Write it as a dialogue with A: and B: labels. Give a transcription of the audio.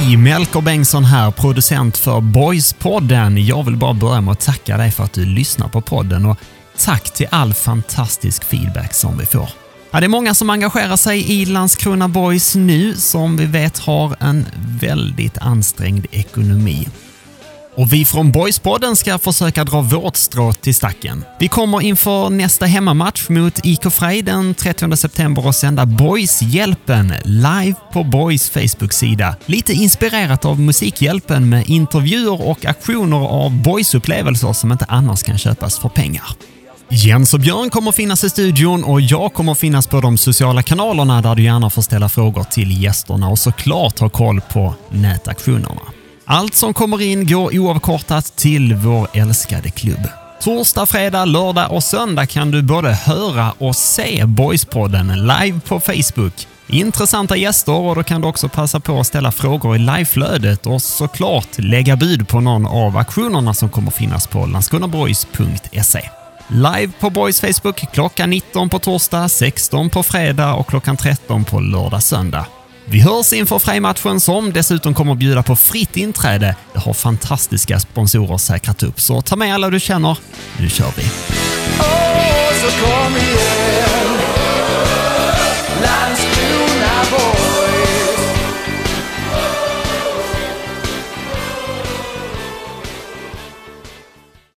A: Hej, Melker Bengtsson här, producent för Boys-podden. Jag vill bara börja med att tacka dig för att du lyssnar på podden och tack till all fantastisk feedback som vi får. Ja, det är många som engagerar sig i Landskrona Boys nu som vi vet har en väldigt ansträngd ekonomi. Och vi från Boys-podden ska försöka dra vårt strå till stacken. Vi kommer inför nästa hemmamatch mot IK Frej den 30 september och sända Boys-hjälpen live på Boys Facebook-sida. Lite inspirerat av Musikhjälpen med intervjuer och aktioner av Boys-upplevelser som inte annars kan köpas för pengar. Jens och Björn kommer finnas i studion och jag kommer finnas på de sociala kanalerna där du gärna får ställa frågor till gästerna och såklart ha koll på nätaktionerna. Allt som kommer in går oavkortat till vår älskade klubb. Torsdag, fredag, lördag och söndag kan du både höra och se Boys-podden live på Facebook. Intressanta gäster och då kan du också passa på att ställa frågor i liveflödet och såklart lägga bud på någon av aktionerna som kommer finnas på landskornaboys.se. Live på Boys Facebook klockan 19 på torsdag, 16 på fredag och klockan 13 på lördag söndag. Vi hörs inför Frej-matchen som dessutom kommer att bjuda på fritt inträde. Det har fantastiska sponsorer säkrat upp. Så ta med alla du känner. Nu kör vi.
B: Så kom igen, Landskrona Boys.